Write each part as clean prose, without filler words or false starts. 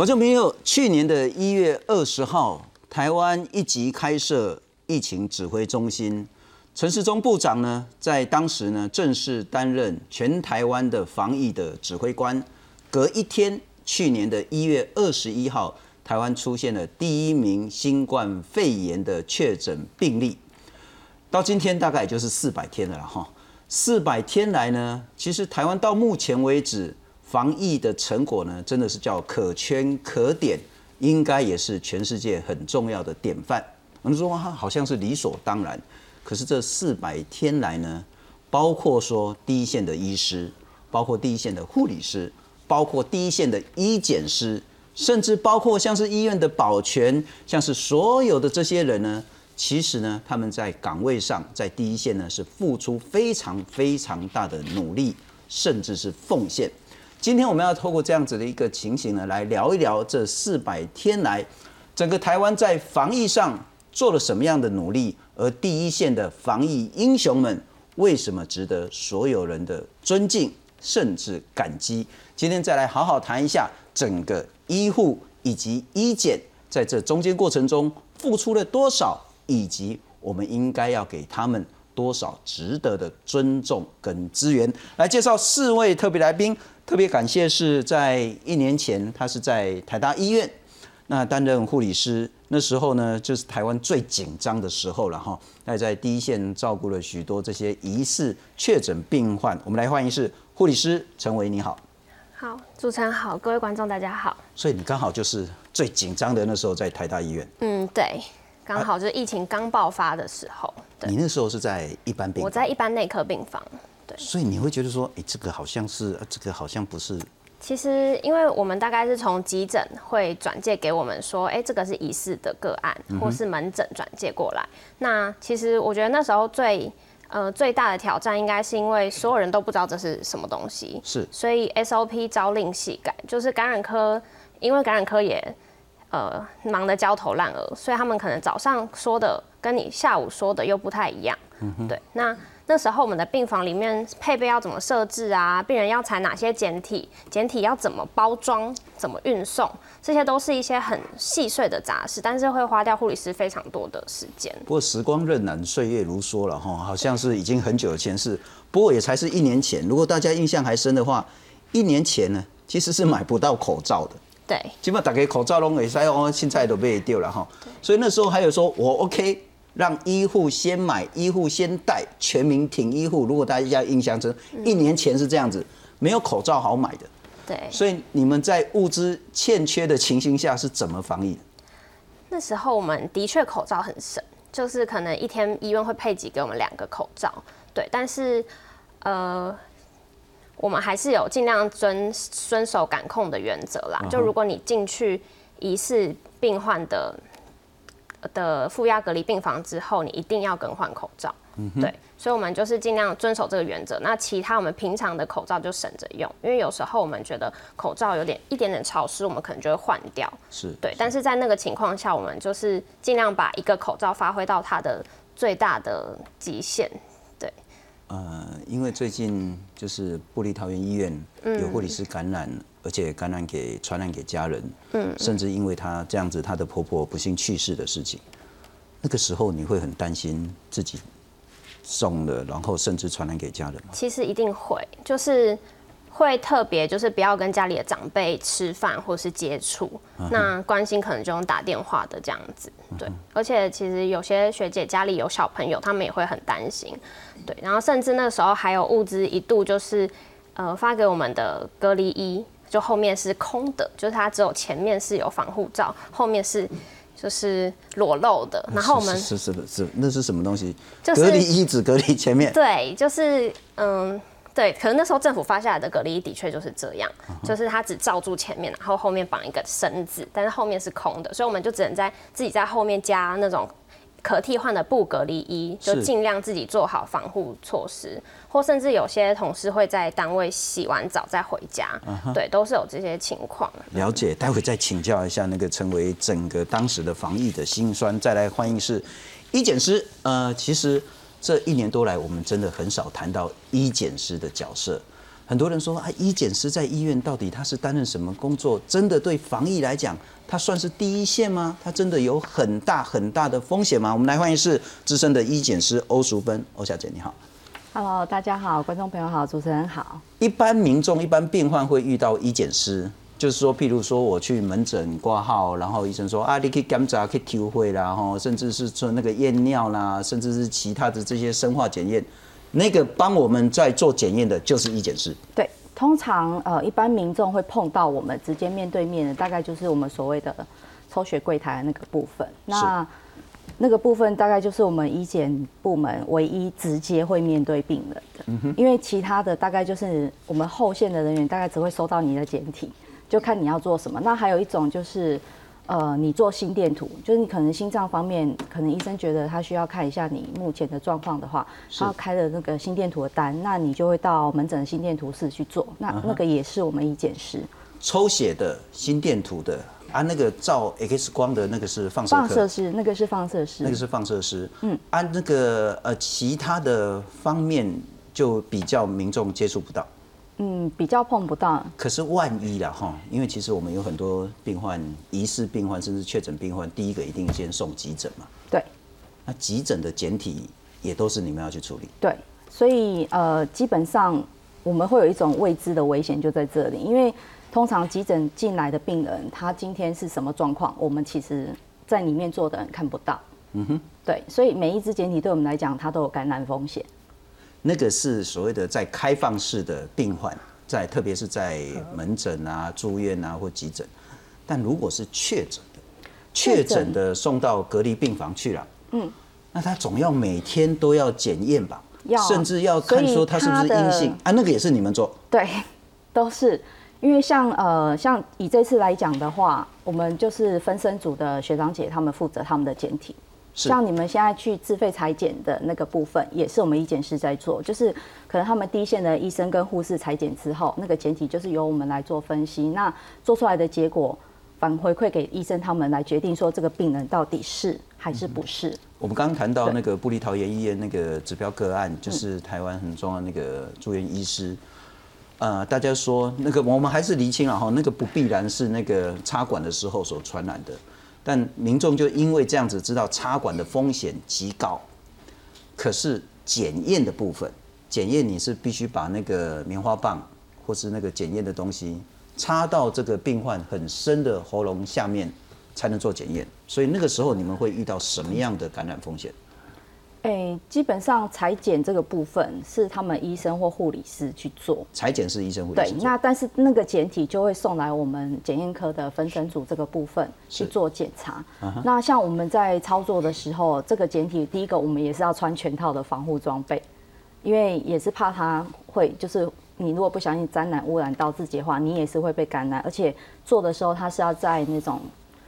观众朋友，去年的1月20号，台湾一级开设疫情指挥中心，陈时中部长呢，在当时呢正式担任全台湾的防疫的指挥官。隔一天，去年的1月21号，台湾出现了第1名新冠肺炎的确诊病例。到今天大概也就是400天了哈。400天来呢，其实台湾到目前为止，防疫的成果呢，真的是叫可圈可点，应该也是全世界很重要的典范。我们说它好像是理所当然，可是这400天来呢，包括说第一线的医师，包括第一线的护理师，包括第一线的医检师，甚至包括像是医院的保全，像是所有的这些人呢，其实呢，他们在岗位上，在第一线呢，是付出非常非常大的努力，甚至是奉献。今天我们要透过这样子的一个情形呢，来聊一聊这400天来，整个台湾在防疫上做了什么样的努力，而第一线的防疫英雄们为什么值得所有人的尊敬甚至感激？今天再来好好谈一下整个医护以及医检在这中间过程中付出了多少，以及我们应该要给他们多少值得的尊重跟资源。来介绍4位特别来宾，特别感谢是在1年前，他是在台大医院那担任护理师，那时候呢就是台湾最紧张的时候了哈。那在第一线照顾了许多这些疑似确诊病患。我们来欢迎是护理师陈维，你好。 好，主持人好，各位观众大家好。 所以你刚好就是最紧张的那时候在台大医院。 对，刚好就是疫情刚爆发的时候。 你那时候是在一般病房？ 我在一般内科病房。对， 所以你会觉得说，这个好像是，这个好像不是。 其实，因为我们大概是从急诊会转介给我们说，这个是疑似的个案，或是门诊转介过来。那其实我觉得那时候最大的挑战，应该是因为所有人都不知道这是什么东西， 是， 所以 SOP 朝令夕改，就是感染科，因为感染科也忙得焦头烂额，所以他们可能早上说的跟你下午说的又不太一样。对，那时候我们的病房里面配备要怎么设置啊？病人要采哪些检体？检体要怎么包装？怎么运送？这些都是一些很细碎的杂事，但是会花掉护理师非常多的时间。 不过时光荏苒，岁月如梭了哈，好像是已经很久的前事。不过也才是1年前，如果大家印象还深的话，1年前呢其实是买不到口罩的。 对， 基本上大家口罩都会使哦，现在都被丢了哈。所以那时候还有说我 OK。让医护先买，医护先戴，全民挺医护。如果大家印象深，1年前是这样子，没有口罩好买的。 对， 所以你们在物资欠缺的情形下是怎么防疫的？ 那时候我们的确口罩很省，就是可能一天医院会配给我们2个口罩。对，但是我们还是有尽量遵守感控的原则啦。就如果你进去疑似病患的负压隔离病房之后，你一定要更换口罩。对，所以我们就是尽量遵守这个原则。那其他我们平常的口罩就省着用，因为有时候我们觉得口罩一点点潮湿，我们可能就会换掉。 是， 对。但是在那个情况下，我们就是尽量把一个口罩发挥到它的最大的极限。对。 因为最近就是部立桃园医院有护理师感染，而且传染给家人，甚至因为她这样子，她的婆婆不幸去世的事情，那个时候你会很担心自己中了，然后甚至传染给家人吗？ 其实一定会，就是会特别就是不要跟家里的长辈吃饭或是接触，那关心可能就用打电话的这样子。对，而且其实有些学姐家里有小朋友，他们也会很担心。对，然后甚至那时候还有物资一度就是发给我们的隔离衣，就后面是空的，就是它只有前面是有防护罩，后面是就是裸露的。然后我们是那是什么东西？ 就是隔离衣只隔离前面。 对，就是对，可能那时候政府发下来的隔离衣的确就是这样，就是它只罩住前面，然后后面绑一个绳子，但是后面是空的，所以我们就只能自己在后面加那种可替换的布隔离衣，就尽量自己做好防护措施，或甚至有些同事会在单位洗完澡再回家，对，都是有这些情况。 了解，待会再请教一下那个成为整个当时的防疫的辛酸。再来欢迎是医检师，其实这1年多来，我们真的很少谈到医检师的角色。 很多人说啊，医检师在医院到底他是担任什么工作？真的对防疫来讲，他算是第一线吗？他真的有很大的风险吗？我们来欢迎是资深的医检师欧淑芬，欧小姐你好。 Hello， 大家好，观众朋友好，主持人好。 一般民众、一般病患会遇到医检师，就是说，譬如说我去门诊挂号，然后医生说啊，你去检查、去抽血啦，甚至是做那个验尿啦，甚至是其他的这些生化检验，那个帮我们在做检验的就是医检师。 对，通常一般民众会碰到我们直接面对面的，大概就是我们所谓的抽血柜台的那个部分。那个部分大概就是我们医检部门唯一直接会面对病人的，因为其他的大概就是我们后线的人员大概只会收到你的检体，就看你要做什么。那还有一种就是，你做心电图，就是你可能心脏方面，可能医生觉得他需要看一下你目前的状况的话，他要开的那个心电图的单，那你就会到门诊的心电图室去做。那个也是我们医检师抽血的、心电图的啊，那个照 X 光的那个是放射科。 放射师，那个是放射师， 那个是放射师。啊，那个其他的方面就比较民众接触不到。 比较碰不到。 可是万一啦哈，因为其实我们有很多病患、疑似病患甚至确诊病患，第一个一定先送急诊嘛。 对。 那急诊的检体也都是你们要去处理。 对，所以基本上我们会有一种未知的危险就在这里，因为通常急诊进来的病人，他今天是什么状况，我们其实在里面做的人看不到。对，所以每一支检体对我们来讲，它都有感染风险。 那个是所谓的在开放式的病患，特别是在门诊啊、住院啊或急诊。但如果是确诊的送到隔离病房去了，那他总要每天都要检验吧？甚至要看说他是不是阴性啊？那个也是你们做？ 对，都是。因为像以这次来讲的话，我们就是分身组的学长姐他们负责他们的检体。像你们现在去自费采检的那个部分，也是我们医检师在做，就是可能他们第一线的医生跟护士采检之后，那个检体就是由我们来做分析，那做出来的结果反回馈给医生他们来决定说这个病人到底是还是不是。 我们刚刚谈到那个部立桃园医院那个指标个案，就是台湾很重要的那个住院医师。大家说那个我们还是厘清了哈，那个不必然是那个插管的时候所传染的，但民众就因为这样子知道插管的风险极高，可是检验的部分，检验你是必须把那个棉花棒或是那个检验的东西插到这个病患很深的喉咙下面才能做检验，所以那个时候你们会遇到什么样的感染风险？ 基本上采检这个部分是他们医生或护理师去做。 采检是医生护理师做。 对，那但是那个检体就会送来我们检验科的分身组这个部分去做检查。那像我们在操作的时候，这个检体第一个我们也是要穿全套的防护装备，因为也是怕它会就是你如果不小心沾染污染到自己的话，你也是会被感染。而且做的时候它是要在那种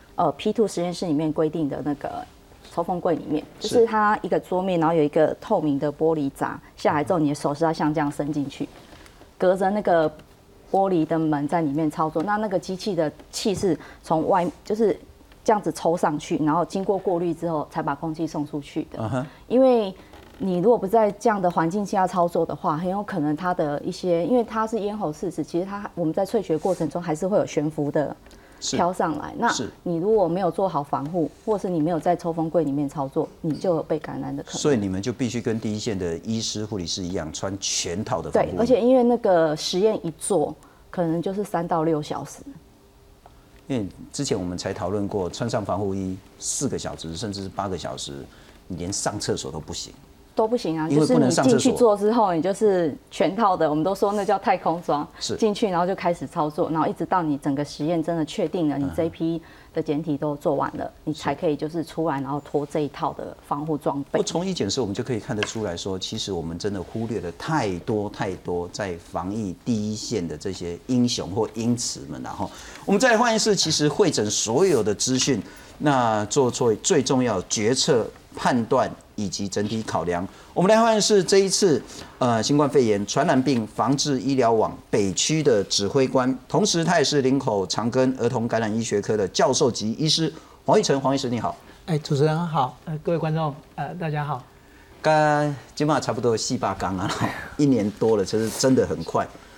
P2 实验室里面规定的那个抽风柜里面，就是它一个桌面，然后有一个透明的玻璃闸，下来之后你的手是要像这样伸进去，隔着那个玻璃的门在里面操作。那个机器的气是从外就是这样子抽上去，然后经过过滤之后才把空气送出去的。因为你如果不在这样的环境下操作的话，很有可能它的一些，因为它是咽喉拭子，其实我们在萃取过程中还是会有悬浮的飘上来，那你如果没有做好防护，或是你没有在抽风柜里面操作，你就有被感染的可能。 所以你们就必须跟第一线的医师、护理师一样，穿全套的防护衣。 对，而且因为那个实验一做，可能就是3到6小时。 因为之前我们才讨论过，穿上防护衣4个小时，甚至是8个小时，你连上厕所都不行。 都不行啊，就是你进去做之后，你就是全套的，我们都说那叫太空装，进去然后就开始操作，然后一直到你整个实验真的确定了，你这一批的检体都做完了，你才可以就是出来，然后脱这一套的防护装备。 从医检师我们就可以看得出来说，其实我们真的忽略了太多在防疫第一线的这些英雄或英雌们。然后我们再来换一次，其实汇整所有的资讯，那做最重要决策判断以及整体考量。我们来欢迎是这一次新冠肺炎传染病防治医疗网北区的指挥官，同时他也是林口长庚儿童感染医学科的教授级医师黄玉成。黄医师你好。 主持人好，各位观众大家好。 刚今嘛差不多4、8缸啊，1年多了，其实真的很快。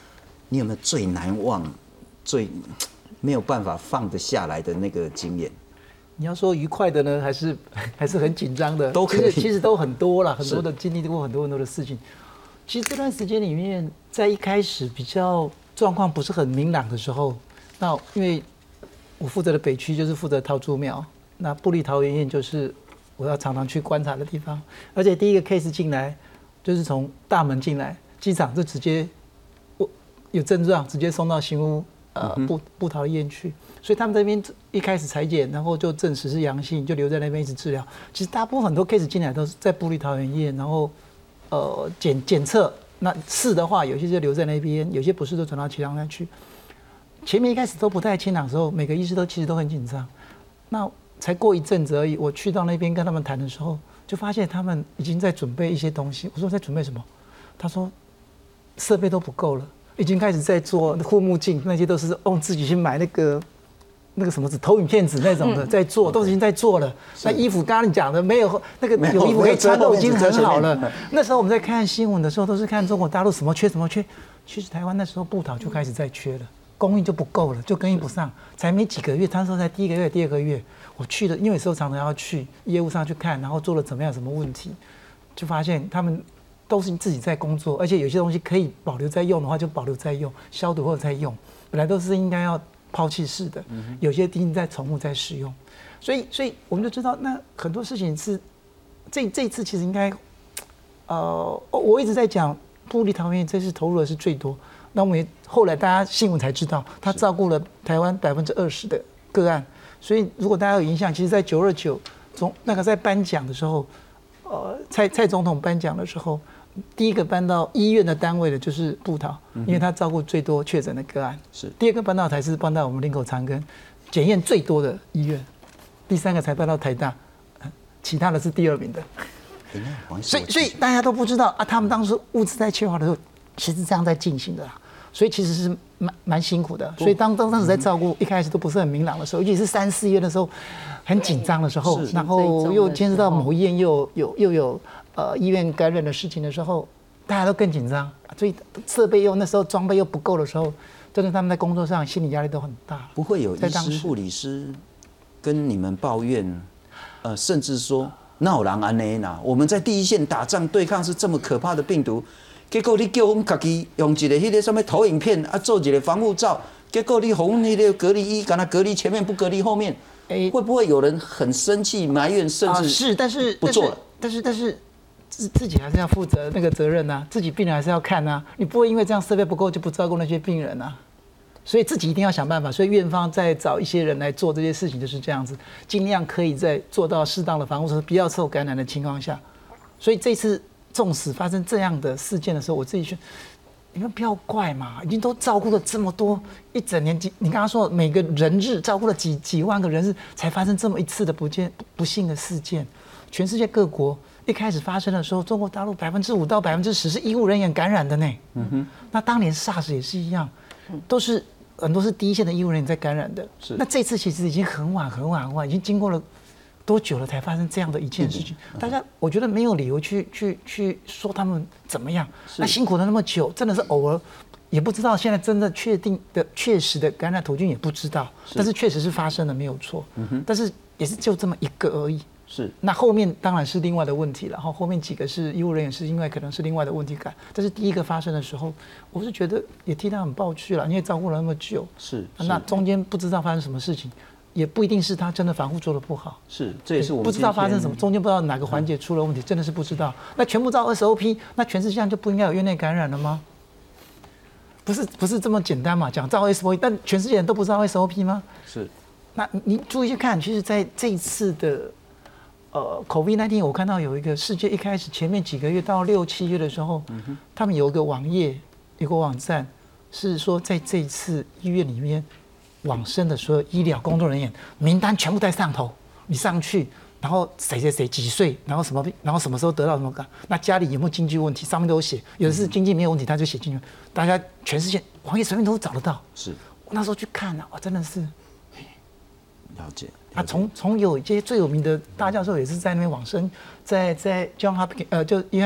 你有没有最难忘、最没有办法放得下来的那个经验？ 你要说愉快的呢，还是很紧张的？ 都可以， 其实都很多了，很多的经历过很多的事情。其实这段时间里面，在一开始比较状况不是很明朗的时候，那因为我负责的北区就是负责桃竹苗，那部立桃园医院就是我要常常去观察的地方，而且第一个 case 进来就是从大门进来，机场就直接有症状，直接送到新屋部桃医院去。所以他们这边一开始采检，然后就证实是阳性，就留在那边一直治疗。其实大部分很多 case 进来都是在部立桃园医院，然后检测，那是的话，有些就留在那边，有些不是都转到其他那去。前面一开始都不太清朗的时候，每个医师其实都很紧张。那才过一阵子而已，我去到那边跟他们谈的时候，就发现他们已经在准备一些东西。我说在准备什么？他说设备都不够了，已经开始在做护目镜，那些都是用自己去买那个什么纸投影片纸那种的，在做，都已经在做了。那衣服刚刚你讲的没有那个有衣服可以穿，都已经很好了。那时候我们在看新闻的时候，都是看中国大陆什么缺什么缺。其实台湾那时候部桃就开始在缺了，供应就不够了，就供应不上，才没几个月。他说才第一个月、第二个月，我去了，因为有时候常常要去业务上去看，然后做了怎么样什么问题，就发现他们都是自己在工作，而且有些东西可以保留再用的话就保留再用，消毒后再用，本来都是应该要抛弃式的，有些已经在重复在使用，所以我们就知道，那很多事情是这一次其实应该，我一直在讲部立桃园这次投入的是最多，那我们也后来大家新闻才知道，他照顾了台湾20%的个案，所以如果大家有印象，其实在929那个在颁奖的时候，蔡总统颁奖的时候。第一个搬到医院的单位的就是部桃，因为他照顾最多确诊的个案。是。第二个搬到才是搬到我们林口长庚，检验最多的医院。第三个才搬到台大，其他的是第2名的。所以大家都不知道啊，他们当时物资在缺乏的时候，其实这样在进行的啦。所以其实是蛮辛苦的。所以当时在照顾一开始都不是很明朗的时候，尤其是3、4月的时候，很紧张的时候，然后又牵涉到某医院又有。医院感染的事情的时候，大家都更紧张，所以设备那时候装备又不够的时候，真的他们在工作上心理压力都很大。 不会有医师、护理师跟你们抱怨，甚至说闹人安内呐，我们在第一线打仗对抗是这么可怕的病毒，结果你叫我们自己用一个什么投影片做一个防护罩，结果你红那个隔离衣，敢他隔离前面不隔离后面，会不会有人很生气埋怨，甚至但是不做了？ 但是自己还是要负责那个责任啊，自己病人还是要看啊，你不会因为这样设备不够就不照顾那些病人啊，所以自己一定要想办法。所以院方在找一些人来做这些事情，就是这样子，尽量可以在做到适当的防护措施，不要受感染的情况下。所以这次纵使发生这样的事件的时候，我自己说，你们不要怪嘛，已经都照顾了这么多一整年，你刚刚说每个人日照顾了几万个人日，才发生这么一次的不幸的事件，全世界各国。一开始发生的时候，中国大陆5%到10%是医务人员感染的呢。那当年 SARS 也是一样，很多是第一线的医务人员在感染的。那这次其实已经很晚，已经经过了多久了才发生这样的一件事情？大家我觉得没有理由去说他们怎么样。那辛苦了那么久，真的是偶尔也不知道现在真的确实的感染途径也不知道，但是确实是发生了没有错。但是也是就这么一个而已。是，那后面当然是另外的问题了。然后后面几个是医务人员是因为可能是另外的问题感，但是第一个发生的时候，我是觉得也替他很抱屈了，因为照顾了那么久。是，那中间不知道发生什么事情，也不一定是他真的防护做得不好。是，这也是我们不知道发生什么，中间不知道哪个环节出了问题，真的是不知道。那全部照 SOP， 那全世界上就不应该有院内感染了吗？不是这么简单嘛？讲照 SOP， 但全世界人都不知道 SOP 吗？是，那你注意去看，其实在这一次的。COVID-19， 我看到有一个世界一开始前面几个月到6、7月的时候，他们有一个网页，有个网站，是说在这一次医院里面往生的所有医疗工作人员名单全部在上头，你上去，然后谁几岁，然后什么病，然后什么时候得到什么感，那家里有没有经济问题，上面都有写，有的是经济没有问题，他就写进去，大家全世界网页随便都找得到。是，我那时候去看啊，哇，真的是了解。 从有一些最有名的大教授也是在那边往生，在John Hopkins就医院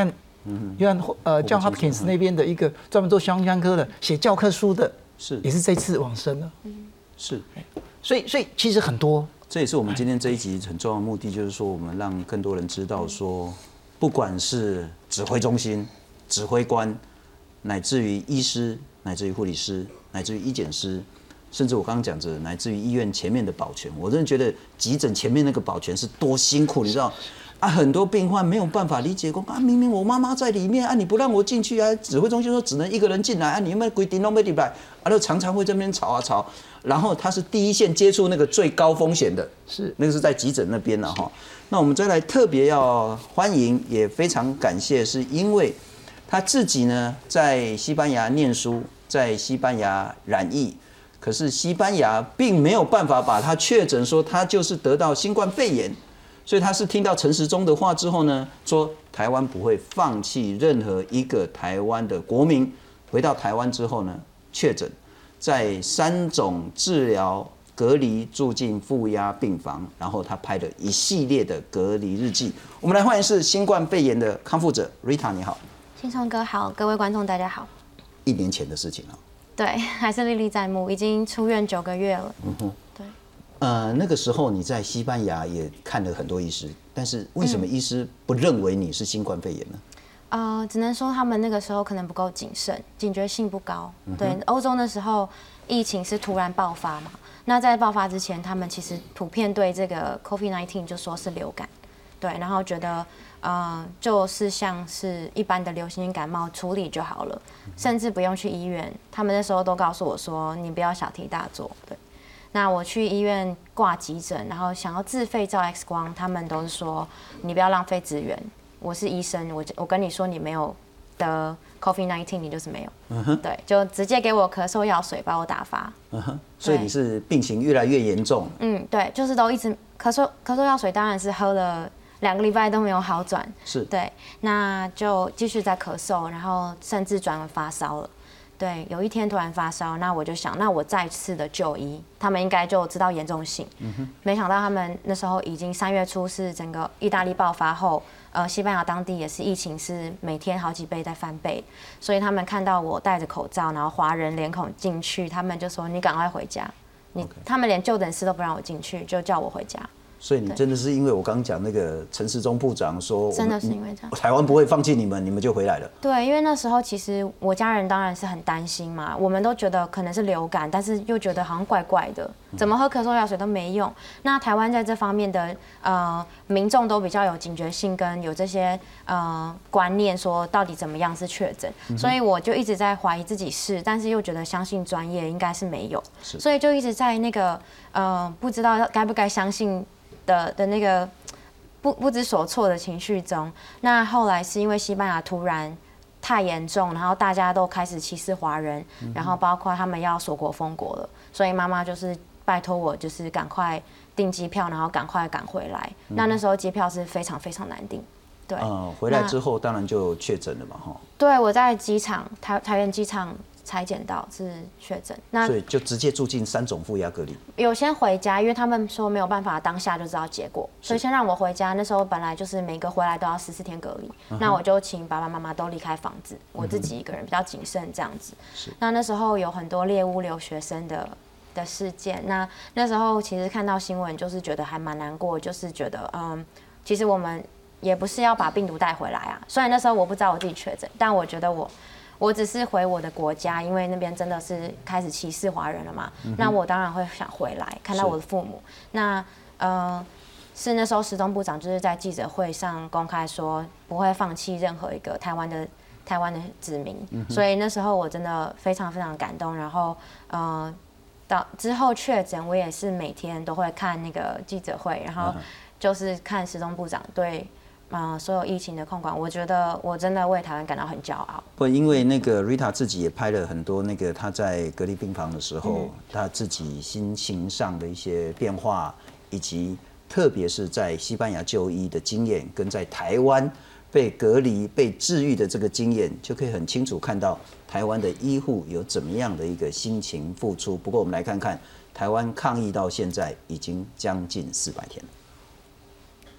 约翰John Hopkins 那边的一个专门做胸腔科的写教科书的，也是这次往生了。 是， 所以其实很多。 这也是我们今天这一集很重要的目的，就是说我们让更多人知道说，不管是指挥中心、指挥官，乃至于医师，乃至于护理师，乃至于医检师，甚至我刚刚讲着，乃至于医院前面的保全，我真的觉得急诊前面那个保全是多辛苦，你知道？很多病患没有办法理解，说明明我妈妈在里面你不让我进去指挥中心说只能一个人进来你们规定都没礼拜就常常会这边吵吵，然后他是第一线接触那个最高风险的，是那个是在急诊那边了哈。那我们再来特别要欢迎，也非常感谢，是因为他自己呢在西班牙念书，在西班牙染疫，可是西班牙并没有办法把他确诊说他就是得到新冠肺炎。所以他是听到陈时中的话之后呢，说台湾不会放弃任何一个台湾的国民。回到台湾之后呢，确诊，在3种治疗、隔离、住进负压病房，然后他拍了一系列的隔离日记。我们来欢迎是新冠肺炎的康复者 Rita， 你好。 信聪哥好，各位观众大家好。 1年前的事情对，还是历历在目，已经出院9个月了。对。 那个时候你在西班牙也看了很多医师，但是为什么医师不认为你是新冠肺炎呢？ 只能说他们那个时候可能不够谨慎，警觉性不高。对，欧洲那时候疫情是突然爆发嘛，那在爆发之前，他们其实普遍对这个 COVID-19 就说是流感，对，然后觉得就是像是一般的流行性感冒处理就好了，甚至不用去医院。他们那时候都告诉我说，你不要小题大做，对。那我去医院挂急诊，然后想要自费照 X 光，他们都是说你不要浪费资源。我是医生，我跟你说你没有得 COVID-19， 你就是没有。对，就直接给我咳嗽药水把我打发。 所以你是病情越来越严重。 对，就是都一直咳嗽药水，当然是喝了2个礼拜都没有好转。 是。 对，那就继续在咳嗽，然后甚至转为发烧了。对，有一天突然发烧，那我就想，那我再次的就医，他们应该就知道严重性。没想到他们那时候已经3月初是整个意大利爆发后，西班牙当地也是疫情是每天好几倍在翻倍，所以他们看到我戴着口罩，然后华人脸孔进去，他们就说你赶快回家，他们连就诊室都不让我进去，就叫我回家。 所以你真的是因为我刚刚讲那个陈时中部长说， 真的是因为这样， 台湾不会放弃你们，你们就回来了。 对，因为那时候其实我家人当然是很担心嘛，我们都觉得可能是流感，但是又觉得好像怪怪的，怎么喝咳嗽药水都没用。那台湾在这方面的民众都比较有警觉性，跟有这些观念，说到底怎么样是确诊，所以我就一直在怀疑自己是，但是又觉得相信专业应该是没有，所以就一直在那个不知道该不该相信的那个不知所措的情绪中。那后来是因为西班牙突然太严重，然后大家都开始歧视华人，然后包括他们要锁国封国了，所以妈妈就是拜托我，就是赶快订机票，然后赶快赶回来。那时候机票是非常非常难订。对， 回来之后当然就确诊了嘛，哈。 对，我在机场桃园机场才检到是确诊， 所以就直接住进3种负压隔离。 有先回家，因为他们说没有办法当下就知道结果，所以先让我回家。那时候本来就是每个回来都要14天隔离，那我就请爸爸妈妈都离开房子，我自己一个人比较谨慎这样子。那时候有很多猎巫留学生的事件，那时候其实看到新闻就是觉得还蛮难过，就是觉得其实我们也不是要把病毒带回来啊。虽然那时候我不知道我自己确诊，但我觉得我只是回我的国家，因为那边真的是开始歧视华人了嘛。那我当然会想回来看到我的父母。那是那时候时中部长就是在记者会上公开说不会放弃任何一个台湾的子民，所以那时候我真的非常非常感动。然后到之后确诊，我也是每天都会看那个记者会，然后就是看时中部长对所有疫情的控管，我觉得我真的为台湾感到很骄傲。 不，因为那个 Rita 自己也拍了很多那个她在隔离病房的时候，她自己心情上的一些变化，以及特别是在西班牙就医的经验，跟在台湾被隔离、被治愈的这个经验，就可以很清楚看到台湾的医护有怎么样的一个心情付出。不过我们来看看，台湾抗疫到现在已经将近400天了。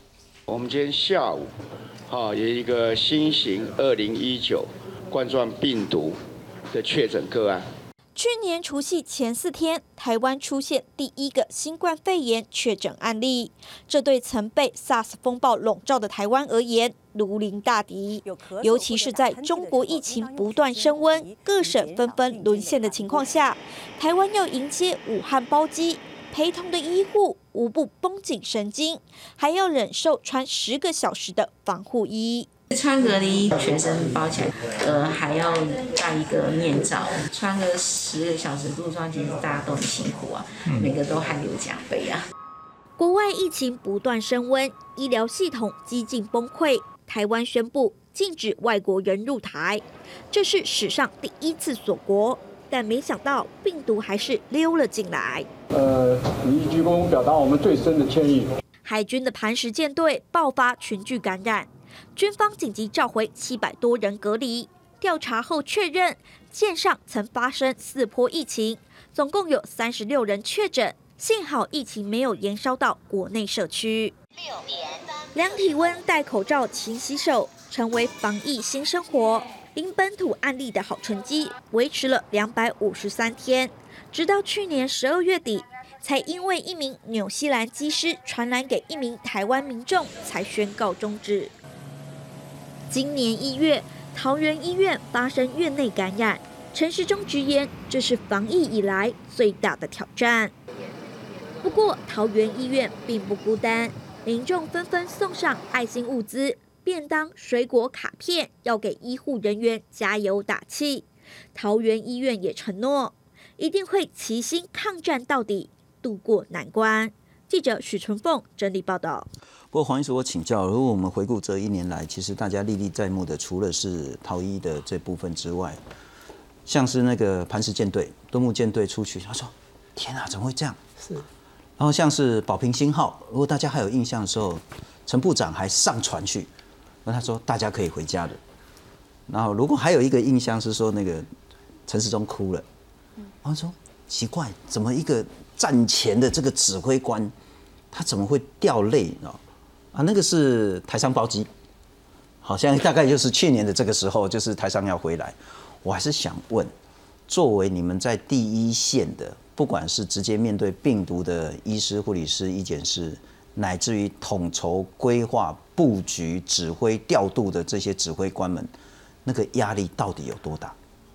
我们今天下午，有一个新型2019冠状病毒的确诊个案。 去年除夕前4天，台湾出现第一个新冠肺炎确诊案例，这对曾被 SARS 风暴笼罩的台湾而言，如临大敌。尤其是在中国疫情不断升温、各省纷纷沦陷的情况下，台湾要迎接武汉包机，陪同的医护无不绷紧神经，还要忍受穿10个小时的防护衣。 穿隔离，全身包起来，还要戴一个面罩，穿个10个小时路上，其实大家都很辛苦啊，每个都汗流浃背啊。 国外疫情不断升温，医疗系统几近崩溃，台湾宣布禁止外国人入台，这是史上第1次锁国，但没想到病毒还是溜了进来。 民意鞠躬，表达我们最深的歉意。 海军的磐石舰队爆发群聚感染。军方紧急召回700多人隔离，调查后确认舰上曾发生4波疫情，总共有36人确诊，幸好疫情没有延烧到国内社区。量体温、戴口罩、勤洗手，成为防疫新生活。零本土案例的好成绩维持了253天，直到去年12月底，才因为一名纽西兰机师传染给一名台湾民众，才宣告终止。今年1月，桃园医院发生院内感染，陈时中直言这是防疫以来最大的挑战。不过，桃园医院并不孤单，民众纷纷送上爱心物资、便当、水果、卡片，要给医护人员加油打气。桃园医院也承诺，一定会齐心抗战到底，渡过难关。记者许纯凤整理报道。 不过黄医师，我请教，如果我们回顾这1年来，其实大家历历在目的，除了是桃医的这部分之外，像是那个磐石舰队、敦睦舰队出去，他说：“天啊，怎么会这样？” 是。 然后像是保平星号，如果大家还有印象的时候，陈部长还上船去，那他说大家可以回家的。然后如果还有一个印象是说那个陈时中哭了，然后说奇怪，怎么一个战前的这个指挥官，他怎么会掉泪啊？那个是台商包机，好像大概就是去年的这个时候，就是台商要回来。我还是想问，作为你们在第一线的，不管是直接面对病毒的医师、护理师、医检师，乃至于统筹、规划、布局、指挥、调度的这些指挥官们，那个压力到底有多大？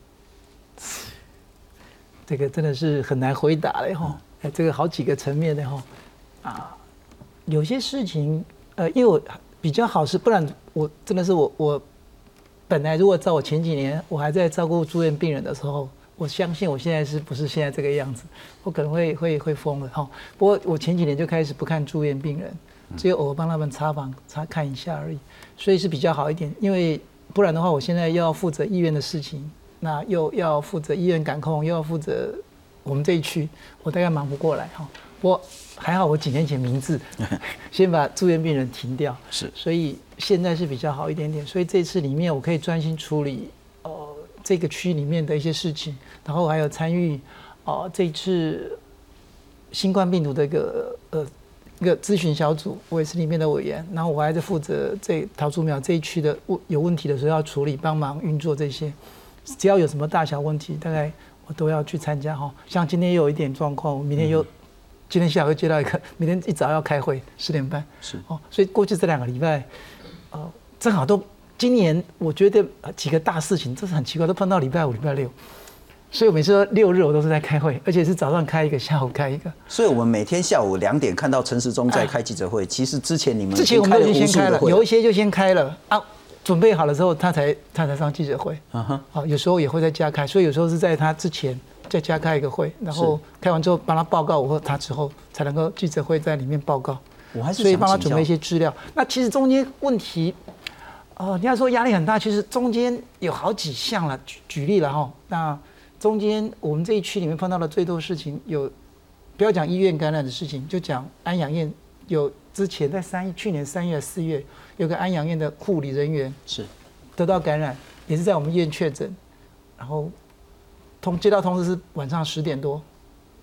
这个真的是很难回答的哈。这个好几个层面的哈有些事情因为我比较好是，不然我真的是我本来如果照我前几年我还在照顾住院病人的时候，我相信我现在是不是现在这个样子，我可能会疯了哈。不过我前几年就开始不看住院病人，只有偶尔帮他们查看一下而已，所以是比较好一点。因为不然的话，我现在又要负责医院的事情，那又要负责医院感控，又要负责我们这一区，我大概忙不过来哈。不过还好，我几年前明智，先把住院病人停掉， 是， 所以现在是比较好一点点。所以这次里面我可以专心处理这个区里面的一些事情，然后还有参与这次新冠病毒的一个咨询小组，我也是里面的委员，然后我还在负责桃竹苗这一区的有问题的时候要处理，帮忙运作这些，只要有什么大小问题，大概我都要去参加哈。像今天又有一点状况，我明天今天下午又接到一个，明天一早要开会，10点半。 是所以过去这2个礼拜，正好都今年我觉得几个大事情，这是很奇怪，都碰到礼拜5、礼拜6，所以我每次6日我都是在开会，而且是早上开一个，下午开一个。 所以我们每天下午2点看到陈时中在开记者会，其实之前我们都已经先开了，有一些就先开了啊。准备好了之后，他才上记者会。有时候也会在家开，所以有时候是在他之前再加开一个会，然后开完之后帮他报告，或他之后才能够记者会在里面报告。所以帮他准备一些资料。那其实中间问题，你要说压力很大，其实中间有好几项了。举例了哈，那中间我们这一区里面碰到的最多事情有，不要讲医院感染的事情，就讲安养院有之前在去年3月、4月。有个安养院的护理人员是得到感染，也是在我们医院确诊，然后接到通知是晚上10点多，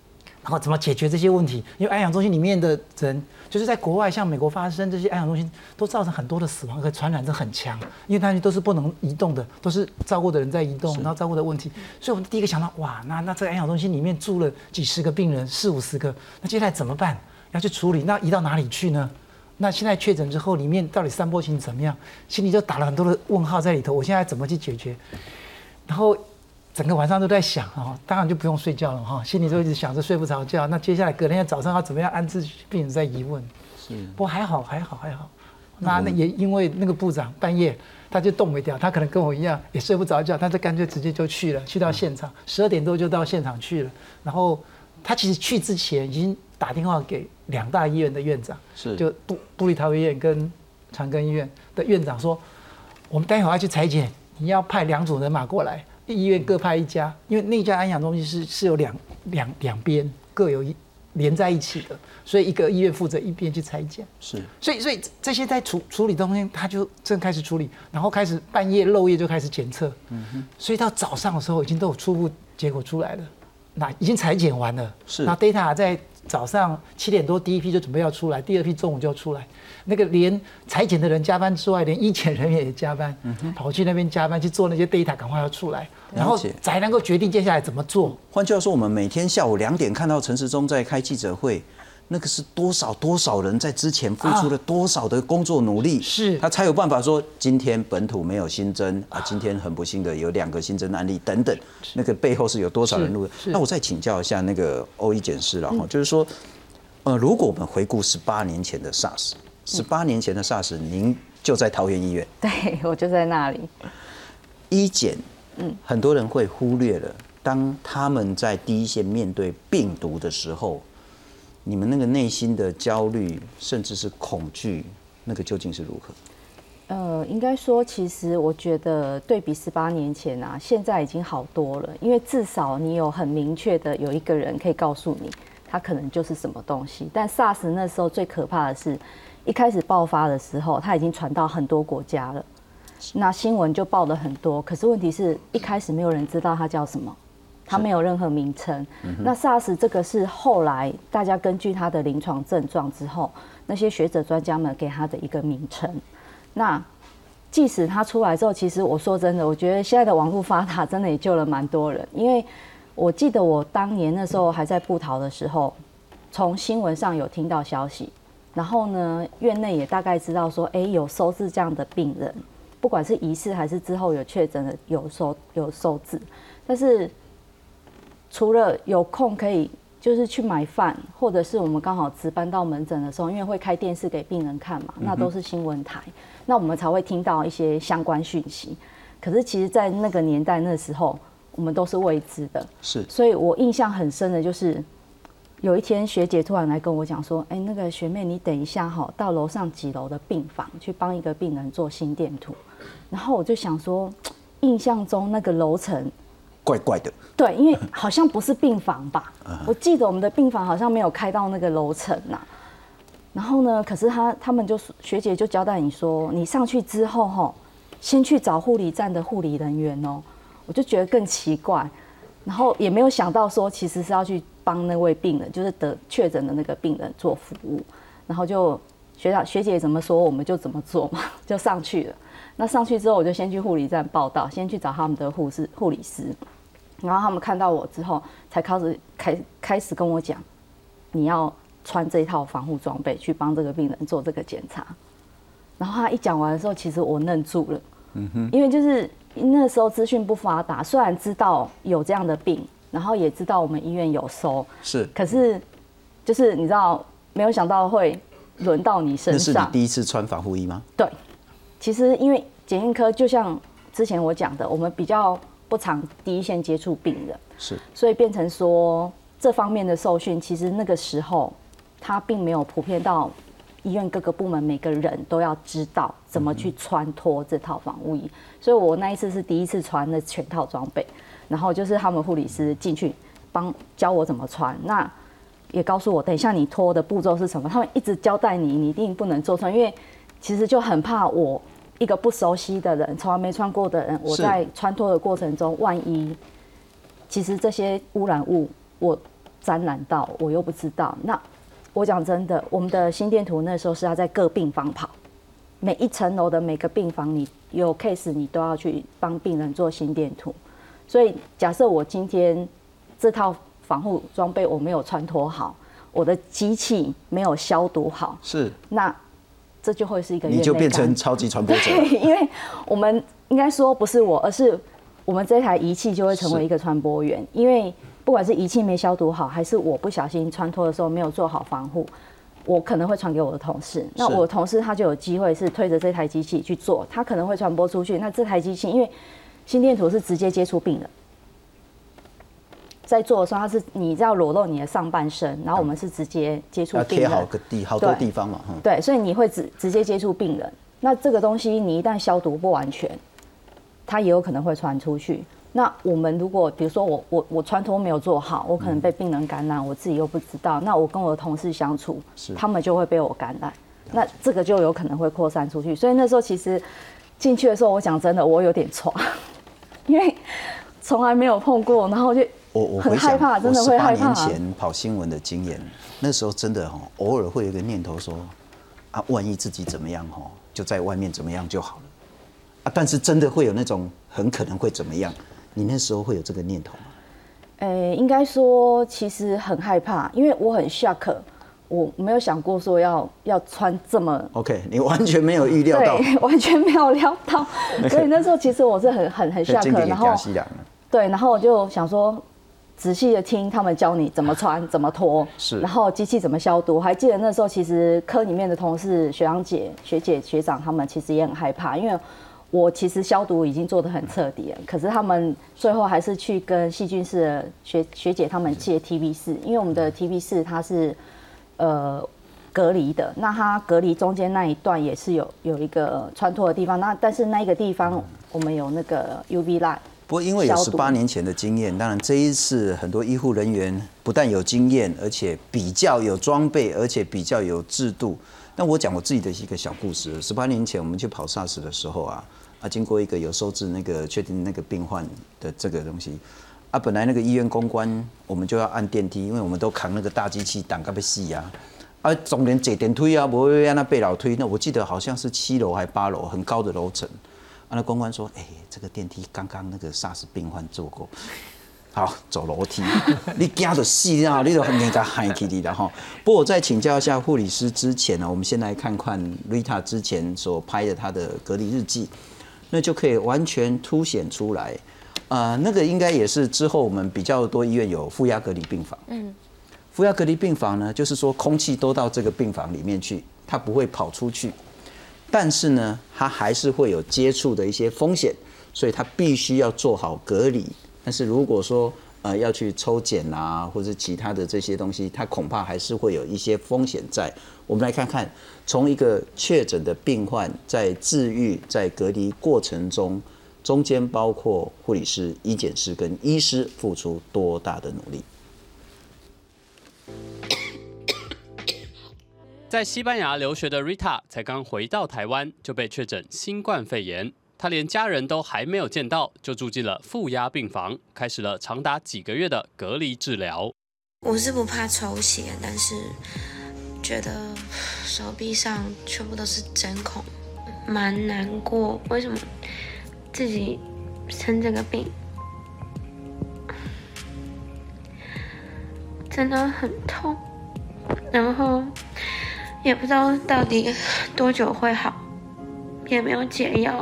然后怎么解决这些问题？因为安养中心里面的人，就是在国外，像美国发生这些安养中心，都造成很多的死亡和传染性很强，因为他们都是不能移动的，都是照顾的人在移动，然后照顾的问题。所以我们第一个想到，哇，那这个安养中心里面住了几十个病人，40-50个，那接下来怎么办？要去处理，那移到哪里去呢？那现在确诊之后，里面到底散播性怎么样？心里就打了很多的问号在里头。我现在怎么去解决？然后整个晚上都在想啊，当然就不用睡觉了哈，心里就一直想着睡不着觉。那接下来隔天早上要怎么样安置病人在疑问。是，不过还好。那也因为那个部长半夜他就动不掉，他可能跟我一样也睡不着觉，他就干脆直接就去了，去到现场，12点多就到现场去了。然后他其实去之前已经打电话给2大医院的院长，是就部立桃园医院跟长庚医院的院长说，我们待会要去裁剪，你要派2组人马过来。医院各派1家，因为那家安养中心是有两边各有连在一起的，所以一个医院负责一边去裁剪。是，所以这些在处理东西，他就正开始处理，然后开始半夜漏夜就开始检测，所以到早上的时候已经都有初步结果出来了，那已经裁剪完了，是，那 data 在早上7点多第一批就准备要出来，第2批中午就要出来。那个连裁剪的人加班之外，连医检人员也加班，跑去那边加班去做那些 data， 赶快要出来，然后才能够决定接下来怎么做。 换句话说，我们每天下午2点看到陈时中在开记者会，那个是多少人在之前付出了多少的工作努力，是他才有办法说今天本土没有新增啊，今天很不幸的有2个新增案例等等，那个背后是有多少人努力。那我再请教一下那个欧医检师了哈，就是说，如果我们回顾18年前的 SARS。18年前的 SARS， 您就在桃园医院。 对，我就在那里。 医检，很多人会忽略了，当他们在第一线面对病毒的时候，你们那个内心的焦虑，甚至是恐惧，那个究竟是如何？ 应该说，其实我觉得对比18年前啊，现在已经好多了，因为至少你有很明确的有一个人可以告诉你，他可能就是什么东西。但 SARS 那时候最可怕的是，一开始爆发的时候，它已经传到很多国家了，那新闻就报了很多。可是问题是一开始没有人知道它叫什么，它没有任何名称。那 SARS 这个是后来大家根据它的临床症状之后，那些学者专家们给它的一个名称。那即使它出来之后，其实我说真的，我觉得现在的网络发达，真的也救了蛮多人。因为我记得我当年那时候还在部桃的时候，从新闻上有听到消息。然后呢，院内也大概知道说，有收治这样的病人，不管是疑似还是之后有确诊的，有收治。但是除了有空可以就是去买饭，或者是我们刚好值班到门诊的时候，因为会开电视给病人看嘛，那都是新闻台，那我们才会听到一些相关讯息。可是其实，在那个年代那时候，我们都是未知的，是。所以我印象很深的就是。有一天，学姐突然来跟我讲说：“那个学妹，你等一下哈，到楼上几楼的病房去帮一个病人做心电图。”然后我就想说，印象中那个楼层怪怪的。 对，因为好像不是病房吧？我记得我们的病房好像没有开到那个楼层呐。然后呢，可是他们就学姐就交代你说，你上去之后哈，先去找护理站的护理人员哦。我就觉得更奇怪，然后也没有想到说，其实是要去。帮那位病人，就是得确诊的那个病人做服务，然后就学姐怎么说，我们就怎么做嘛，就上去了。那上去之后，我就先去护理站报到，先去找他们的护理师，然后他们看到我之后，才开始跟我讲，你要穿这一套防护装备去帮这个病人做这个检查。然后他一讲完的时候，其实我愣住了，因为就是那时候资讯不发达，虽然知道有这样的病。然后也知道我们医院有收，是，可是就是你知道，没有想到会轮到你身上。 那是你第一次穿防护衣吗？ 对，其实因为检验科就像之前我讲的，我们比较不常第一线接触病人，是，所以变成说这方面的受训，其实那个时候它并没有普遍到医院各个部门每个人都要知道怎么去穿脱这套防护衣，所以我那一次是第一次穿的全套装备。然后就是他们护理师进去教我怎么穿，那也告诉我等一下你脱的步骤是什么。他们一直交代你一定不能做错，因为其实就很怕我一个不熟悉的人，从来没穿过的人，我在穿脱的过程中，万一其实这些污染物我沾染到，我又不知道。那我讲真的，我们的心电图那时候是要在各病房跑，每一层楼的每个病房，你有 case 你都要去帮病人做心电图。所以假设我今天这套防护装备我没有穿脱好，我的机器没有消毒好， 是， 那这就会是一个你就变成超级传播者。 对，因为我们应该说不是我，而是我们这台仪器就会成为一个传播源。因为不管是仪器没消毒好，还是我不小心穿脱的时候没有做好防护，我可能会传给我的同事。那我的同事他就有机会是推着这台机器去做，他可能会传播出去。那这台机器因为心电图是直接接触病人。在做的时候，你要裸露你的上半身，然后我们是直接接触病人， 要贴好多地方嘛。 对，所以你会直接接触病人。那这个东西你一旦消毒不完全，它也有可能会传出去。那我们如果比如说我穿脱没有做好，我可能被病人感染，我自己又不知道，那我跟我的同事相处，他们就会被我感染，那这个就有可能会扩散出去。所以那时候其实进去的时候，我讲真的，我有点闯，因为从来没有碰过，然后就。 我很害怕，真的会害怕。 18年前跑新闻的经验，那时候真的偶尔会有一个念头说，啊，万一自己怎么样就在外面怎么样就好了，啊，但是真的会有那种很可能会怎么样，你那时候会有这个念头吗？ 应该说其实很害怕，因为我很 shock， 我没有想过说要穿这么 OK， 你完全没有预料到， 对，完全没有料到，所以那时候其实我是很 shock， 然后对，然后我就想说。仔细的听他们教你怎么穿、怎么脱，然后机器怎么消毒。我还记得那时候，其实科里面的同事、学长姐、学姐、学长他们其实也很害怕，因为我其实消毒已经做得很彻底了，可是他们最后还是去跟细菌室的学姐他们借 TV4，因为我们的 TV4它是隔离的，那它隔离中间那一段也是有一个穿脱的地方，那但是那一个地方我们有那个 UV light。 不过因为有18年前的经验，当然这一次很多医护人员不但有经验，而且比较有装备，而且比较有制度。那我讲我自己的一个小故事，18年前我们去跑 SARS 的时候经过一个有收治那个确定那个病患的这个东西本来那个医院公关我们就要按电梯，因为我们都扛那个大机器挡到要死总连坐电梯不会让他背老推。那我记得好像是7楼还8楼，很高的楼层。那公关说：“这个电梯刚刚那个 SARS 病患坐过，好走楼梯，你惊得死啊！你都人家喊起你的哈。”不过我再请教一下护理师之前呢，我们先来看看 Rita 之前所拍的她的隔离日记，那就可以完全凸显出来。那个应该也是之后我们比较多医院有负压隔离病房。负压隔离病房呢，就是说空气都到这个病房里面去，它不会跑出去。但是呢，它还是会有接触的一些风险，所以它必须要做好隔离。但是如果说要去抽检或者其他的这些东西，它恐怕还是会有一些风险在。我们来看看，从一个确诊的病患在治愈、在隔离过程中间包括护理师、医检师跟医师付出多大的努力。 在西班牙留学的 Rita 才刚回到台湾，就被确诊新冠肺炎。她连家人都还没有见到，就住进了负压病房，开始了长达几个月的隔离治疗。 我是不怕抽血，但是觉得手臂上全部都是针孔，蛮难过。为什么自己生这个病？真的很痛，然后也不知道到底多久会好，也没有解药。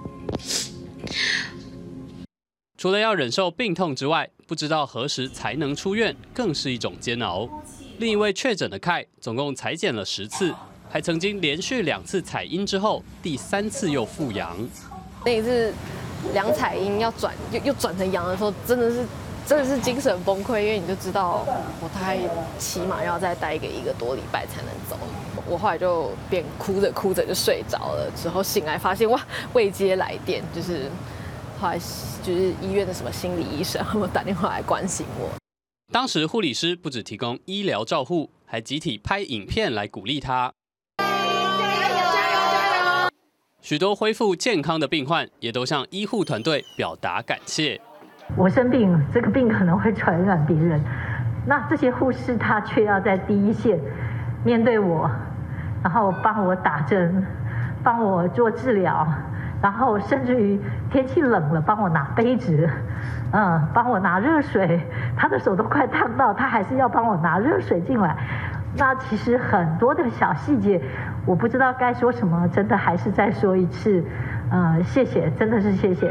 除了要忍受病痛之外，不知道何时才能出院，更是一种煎熬。另一位确诊的凯，总共采检了10次，还曾经连续2次采阴之后，第3次又复阳。 那一次量采阴要转又转成阳的时候，真的是精神崩溃，因为你就知道我大概起码要再待1个多礼拜才能走。我后来就边哭着就睡着了，之后醒来发现哇，未接来电，就是后来就是医院的什么心理医生他们打电话来关心我。 当时护理师不只提供医疗照护，还集体拍影片来鼓励他。许多恢复健康的病患也都向医护团队表达感谢。 我生病，这个病可能会传染别人， 那这些护士他却要在第一线面对我，然后帮我打针，帮我做治疗，然后甚至于天气冷了帮我拿杯子，帮我拿热水，他的手都快烫到，他还是要帮我拿热水进来。那其实很多的小细节，我不知道该说什么，真的还是再说一次，谢谢，真的是谢谢。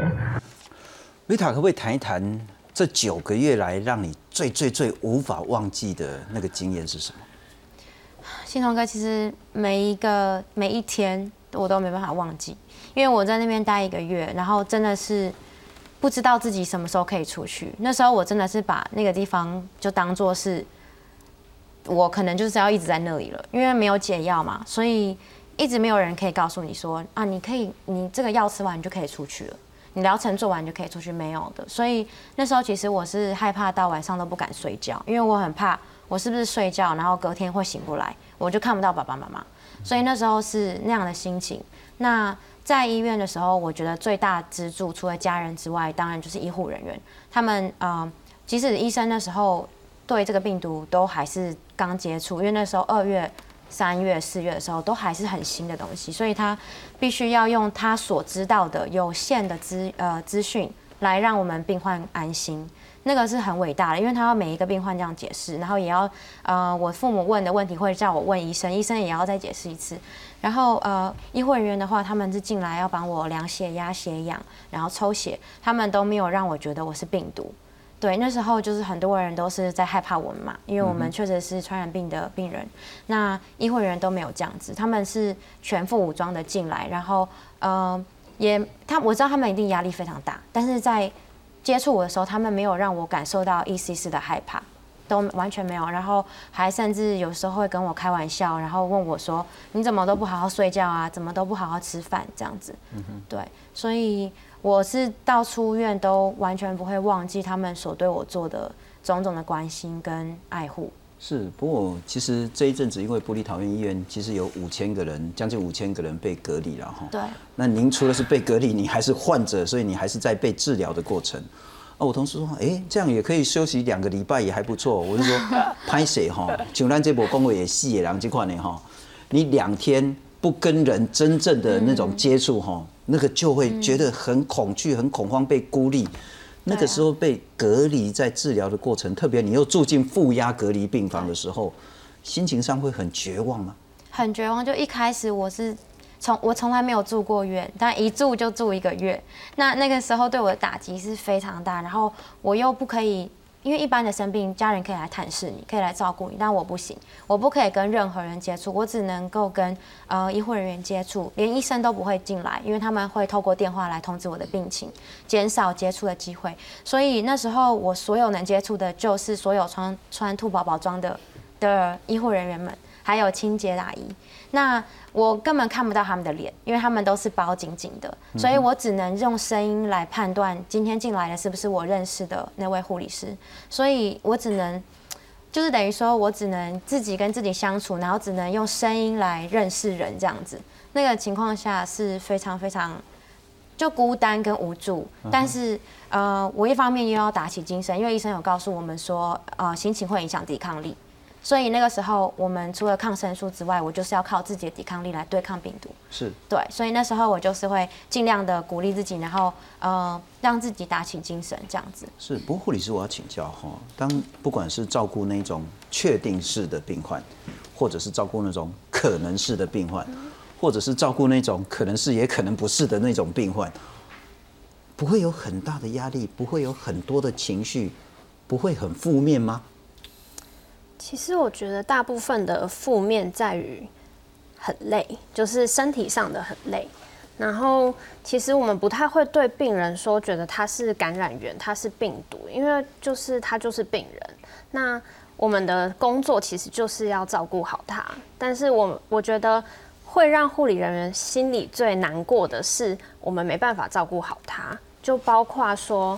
Rita 可不可以谈一谈这9个月来让你最无法忘记的那个经验是什么？ 信彤哥，其实每一天我都没办法忘记，因为我在那边待1个月，然后真的是不知道自己什么时候可以出去。那时候我真的是把那个地方就当作是我可能就是要一直在那里了，因为没有解药嘛，所以一直没有人可以告诉你说啊，你这个药吃完你就可以出去了，你疗程做完你就可以出去，没有的。所以那时候其实我是害怕到晚上都不敢睡觉，因为我很怕我是不是睡觉，然后隔天会醒不来，我就看不到爸爸妈妈。所以那时候是那样的心情。那在医院的时候，我觉得最大支柱除了家人之外，当然就是医护人员。他们即使医生那时候对这个病毒都还是刚接触，因为那时候2月、3月、4月的时候都还是很新的东西，所以他必须要用他所知道的有限的资讯来让我们病患安心。那个是很伟大的，因为他要每一个病患这样解释，然后也要我父母问的问题会叫我问医生，医生也要再解释一次。然后医护人员的话，他们是进来要帮我量血压、血氧，然后抽血，他们都没有让我觉得我是病毒。对，那时候就是很多人都是在害怕我们嘛，因为我们确实是传染病的病人。那医护人员都没有这样子，他们是全副武装的进来，然后我知道他们一定压力非常大，但是在接触我的时候，他们没有让我感受到一丝丝的害怕，都完全没有。然后还甚至有时候会跟我开玩笑，然后问我说：“你怎么都不好好睡觉啊？怎么都不好好吃饭？”这样子。对，所以我是到出院都完全不会忘记他们所对我做的种种的关心跟爱护。 是，不过其实这一阵子，因为部立桃园医院其实有5000个人，将近5000个人被隔离了哈。 对。 那您除了是被隔离，你还是患者，所以你还是在被治疗的过程。我同事说，这样也可以休息2个礼拜，也还不错。我就说，拍谁哈？像咱这波工位也细的人这块呢哈，你2天不跟人真正的那种接触哈，那个就会觉得很恐惧、很恐慌、被孤立。那个时候被隔离，在治疗的过程，特别你又住进负压隔离病房的时候，心情上会很绝望吗？ 很绝望。就一开始我从来没有住过院，但一住就住1个月。那个时候对我的打击是非常大，然后我又不可以，因为一般的生病，家人可以来探视你，可以来照顾你，但我不行，我不可以跟任何人接触，我只能够跟医护人员接触，连医生都不会进来，因为他们会透过电话来通知我的病情，减少接触的机会。所以那时候我所有能接触的就是所有穿兔宝宝装的医护人员们，还有清洁阿姨。那我根本看不到他们的脸，因为他们都是包紧紧的，所以我只能用声音来判断今天进来的是不是我认识的那位护理师。所以我只能，就是等于说我只能自己跟自己相处，然后只能用声音来认识人这样子。那个情况下是非常非常就孤单跟无助，但是我一方面又要打起精神，因为医生有告诉我们说，心情会影响抵抗力。所以那个时候，我们除了抗生素之外，我就是要靠自己的抵抗力来对抗病毒。 是， 对，所以那时候我就是会尽量的鼓励自己，然后让自己打起精神，这样子。 是，不过护理师我要请教哈，不管是照顾那种确定式的病患，或者是照顾那种可能是的病患，或者是照顾那种可能是也可能不是的那种病患，不会有很大的压力，不会有很多的情绪，不会很负面吗？ 其实我觉得大部分的负面在于很累，就是身体上的很累。然后其实我们不太会对病人说觉得他是感染源，他是病毒，因为他就是病人。那我们的工作其实就是要照顾好他。但是我觉得会让护理人员心里最难过的是，我们没办法照顾好他，就包括说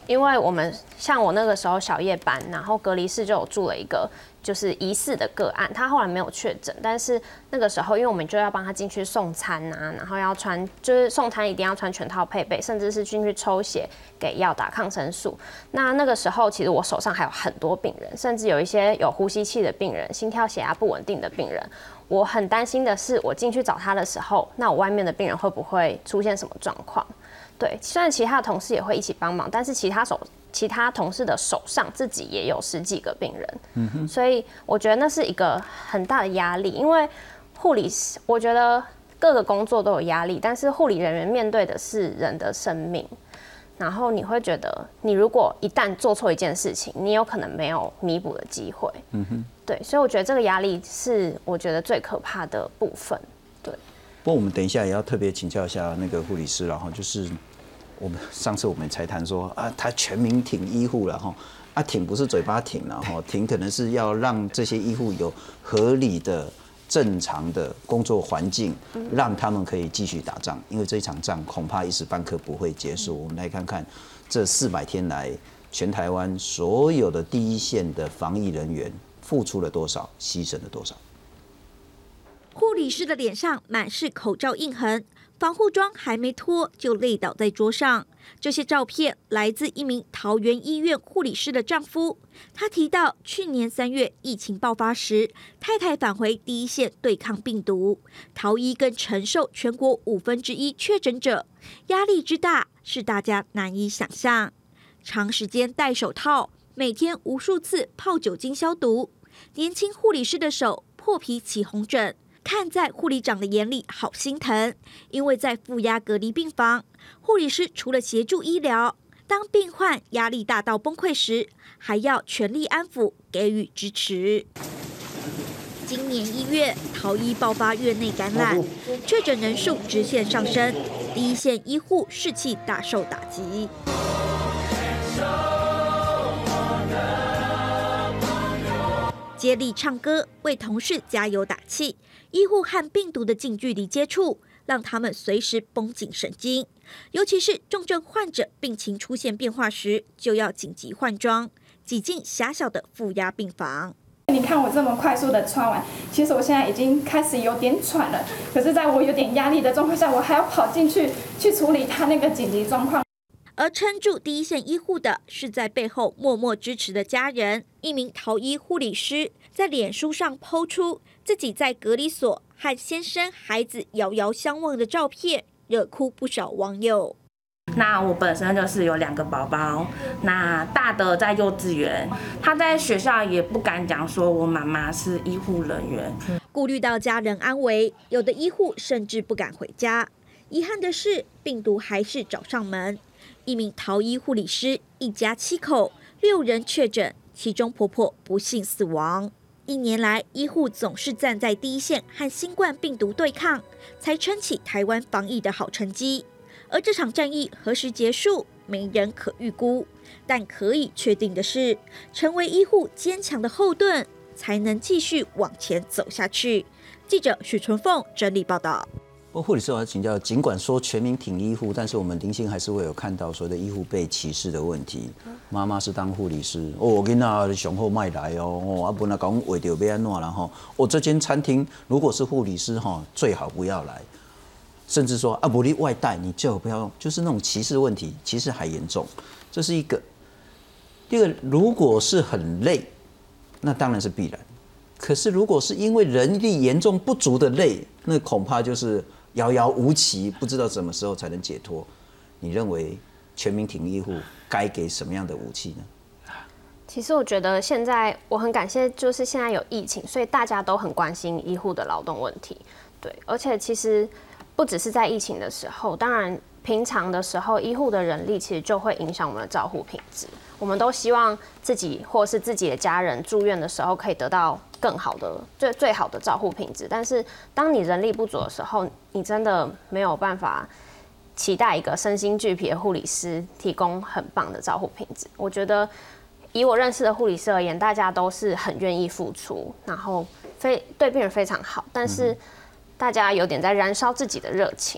因为我们像我那个时候小夜班，然后隔离室就有住了一个就是疑似的个案，他后来没有确诊，但是那个时候因为我们就要帮他进去送餐啊，然后要穿就是送餐一定要穿全套配备，甚至是进去抽血给药打抗生素。那个时候其实我手上还有很多病人，甚至有一些有呼吸器的病人，心跳血压不稳定的病人。我很担心的是，我进去找他的时候，那我外面的病人会不会出现什么状况？对，虽然其他的同事也会一起帮忙，但是其他同事的手上自己也有10几个病人，所以我觉得那是一个很大的压力。因为护理师，我觉得各个工作都有压力，但是护理人员面对的是人的生命，然后你会觉得，你如果一旦做错一件事情，你有可能没有弥补的机会。对，所以我觉得这个压力是我觉得最可怕的部分。对。 不过我们等一下也要特别请教一下那个护理师，然后就是上次我们才谈说啊，他全民挺医护了哈，啊挺不是嘴巴挺了哈，挺可能是要让这些医护有合理的、正常的工作环境，让他们可以继续打仗，因为这一场仗恐怕一时半刻不会结束。我们来看看这400天来，全台湾所有的第一线的防疫人员付出了多少，牺牲了多少。 护理师的脸上满是口罩印痕，防护装还没脱就累倒在桌上。这些照片来自一名桃园医院护理师的丈夫。他提到，去年3月疫情爆发时，太太返回第一线对抗病毒，桃医更承受全国1/5确诊者，压力之大是大家难以想象。长时间戴手套，每天无数次泡酒精消毒，年轻护理师的手破皮起红疹。看在护理长的眼里，好心疼，因为在负压隔离病房，护理师除了协助医疗，当病患压力大到崩溃时，还要全力安抚，给予支持。今年1月，桃医爆发院内感染，确诊人数直线上升，第一线医护士气大受打击。接力唱歌，为同事加油打气。医护和病毒的近距离接触，让他们随时绷紧神经。尤其是重症患者病情出现变化时，就要紧急换装，挤进狭小的负压病房。 你看我这么快速的穿完，其实我现在已经开始有点喘了。可是在我有点压力的状况下，我还要跑进去处理他那个紧急状况。 而撑住第一线医护的是在背后默默支持的家人。一名桃医护理师在脸书上抛出自己在隔离所和先生孩子遥遥相望的照片，惹哭不少网友。 那我本身就是有2个宝宝，那大的在幼稚园，他在学校也不敢讲说我妈妈是医护人员， 顾虑到家人安危，有的医护甚至不敢回家。遗憾的是，病毒还是找上门。一名桃医护理师，一家7口，6人确诊，其中婆婆不幸死亡。1年来，医护总是站在第一线和新冠病毒对抗，才撑起台湾防疫的好成绩。而这场战役何时结束，没人可预估。但可以确定的是，成为医护坚强的后盾，才能继续往前走下去。记者许纯凤整理报道。 护理师我要请教，尽管说全民挺医护，但是我们零星还是会有看到所谓的医护被歧视的问题。妈妈是当护理师，我跟他雄厚卖来哦，啊，本来讲为着要安怎啦吼，这间餐厅如果是护理师哈，最好不要来，甚至说啊，不你外带，你最好不要，就是那种歧视问题，其实还严重，这是一个。第二个，如果是很累，那当然是必然。可是如果是因为人力严重不足的累，那恐怕就是遥遥无期，不知道什么时候才能解脱。你认为全民挺医护该给什么样的武器呢？ 其实我觉得现在我很感谢，就是现在有疫情，所以大家都很关心医护的劳动问题。对，而且其实不只是在疫情的时候，当然平常的时候，医护的人力其实就会影响我们的照护品质。我们都希望自己或是自己的家人住院的时候，可以得到更好的、最好的照护品质。但是当你人力不足的时候，你真的没有办法期待一个身心俱疲的护理师提供很棒的照护品质。我觉得以我认识的护理师而言，大家都是很愿意付出，然后对病人非常好，但是大家有点在燃烧自己的热情。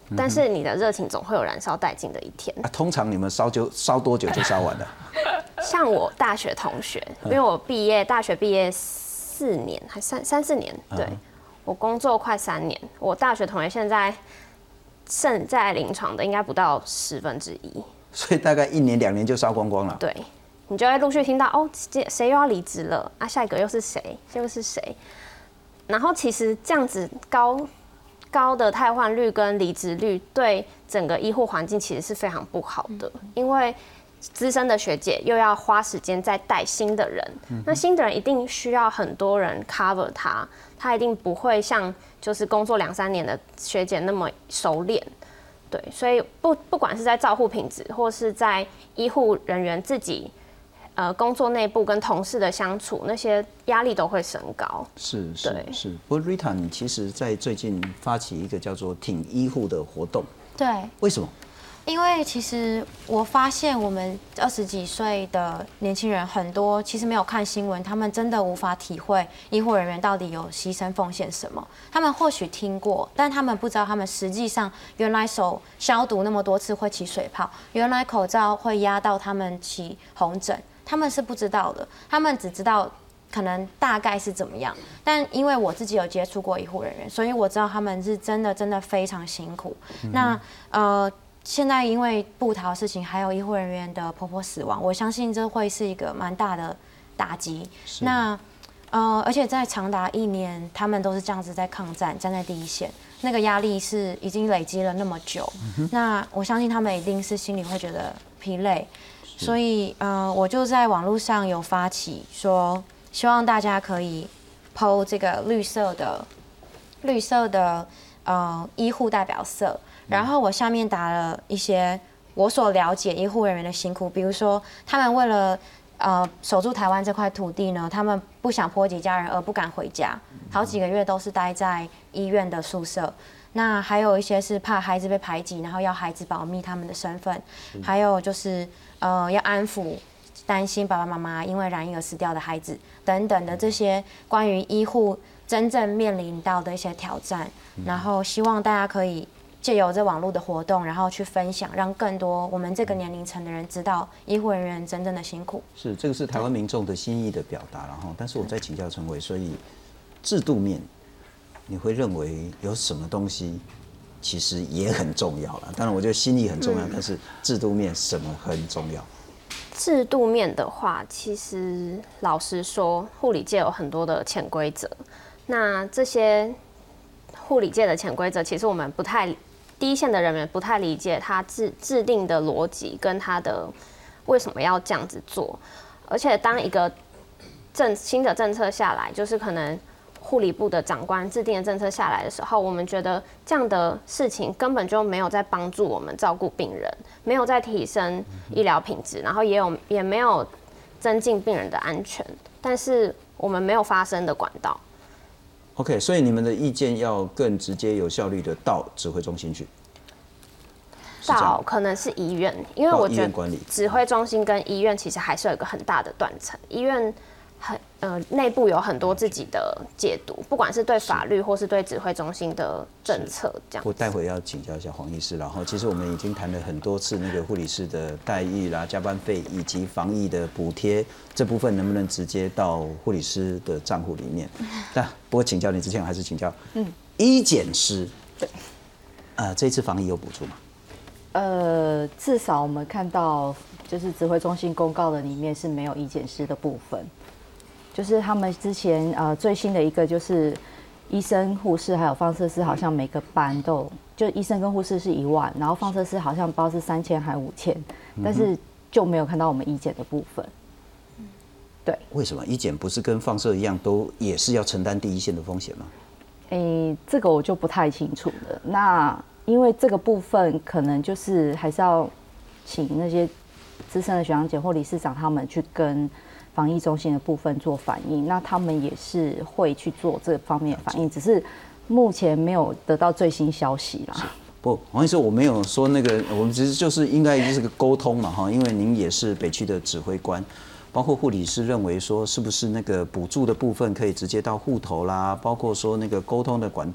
但是你的热情总会有燃烧殆尽的一天。 通常你们烧多久就烧完了？ 像我大学同学，因为我大学毕业4年还3-4年，对，我工作快3年。我大学同学现在剩在临床的应该不到1/10， 所以大概1年2年就烧光光了。 对，你就会陆续听到哦，谁又要离职了啊？下一个又是谁？又是谁？然后其实这样子高的汰换率跟离职率对整个医护环境其实是非常不好的，因为资深的学姐又要花时间在带新的人，那新的人一定需要很多人 cover 他一定不会像就是工作2-3年的学姐那么熟练，对，所以不管是在照护品质，或是在医护人员自己工作内部跟同事的相处，那些压力都会升高。是。不过 Rita， 你其实在最近发起一个叫做挺医护的活动， 对， 为什么？ 因为其实我发现我们20几岁的年轻人很多，其实没有看新闻，他们真的无法体会医护人员到底有牺牲奉献什么。他们或许听过，但他们不知道他们实际上原来手消毒那么多次会起水泡，原来口罩会压到他们起红疹，他们是不知道的，他们只知道可能大概是怎么样。但因为我自己有接触过医护人员，所以我知道他们是真的非常辛苦。那现在因为布桃事情，还有医护人员的婆婆死亡，我相信这会是一个蛮大的打击。那而且在长达1年，他们都是这样子在抗战，站在第一线，那个压力是已经累积了那么久。那我相信他们一定是心里会觉得疲累，所以我就在网络上有发起说，希望大家可以 po 这个绿色的医护代表色。然后我下面打了一些我所了解医护人员的辛苦，比如说他们为了守住台湾这块土地呢，他们不想波及家人而不敢回家，好几个月都是待在医院的宿舍。那还有一些是怕孩子被排挤，然后要孩子保密他们的身份，还有就是要安抚担心爸爸妈妈因为染疫而死掉的孩子等等的这些关于医护真正面临到的一些挑战，然后希望大家可以借由这网络的活动，然后去分享，让更多我们这个年龄层的人知道医护人员真正的辛苦。是，这个是台湾民众的心意的表达，然后，但是我再请教陈伟，所以制度面，你会认为有什么东西其实也很重要了？当然，我觉得心意很重要，但是制度面什么很重要？制度面的话，其实老实说，护理界有很多的潜规则，那这些护理界的潜规则，其实我们第一线的人员不太理解他制定的逻辑跟他的为什么要这样子做，而且当一个新的政策下来，就是可能护理部的长官制定的政策下来的时候，我们觉得这样的事情根本就没有在帮助我们照顾病人，没有在提升医疗品质，然后也没有增进病人的安全，但是我们没有发声的管道。OK， 所以你们的意见要更直接、有效率的到指挥中心去，到可能是医院，因为我觉得指挥中心跟医院其实还是有一个很大的断层。医院内部有很多自己的解读，不管是对法律或是对指挥中心的政策这样。我待会要请教一下黄医师，然后其实我们已经谈了很多次那个护理师的待遇啦、加班费以及防疫的补贴这部分能不能直接到护理师的账户里面？但不过请教你之前，我还是请教，医检师，对，这次防疫有补助吗？至少我们看到就是指挥中心公告的里面是没有医检师的部分。就是他们之前最新的一个就是医生、护士还有放射师，好像每个班都有，就医生跟护士是1万，然后放射师好像不知道是3000还5000，但是就没有看到我们医检的部分。对，为什么医检不是跟放射一样，都也是要承担第一线的风险吗？这个我就不太清楚了。那因为这个部分可能就是还是要请那些资深的学长姐或理事长他们去跟防疫中心的部分做反应，那他们也是会去做这方面的反应，只是目前没有得到最新消息啦。不，黄医师，我没有说那个，我们其实就是应该就是个沟通嘛，哈，因为您也是北区的指挥官，包括护理师认为说，是不是那个补助的部分可以直接到户头啦，包括说那个沟通的管道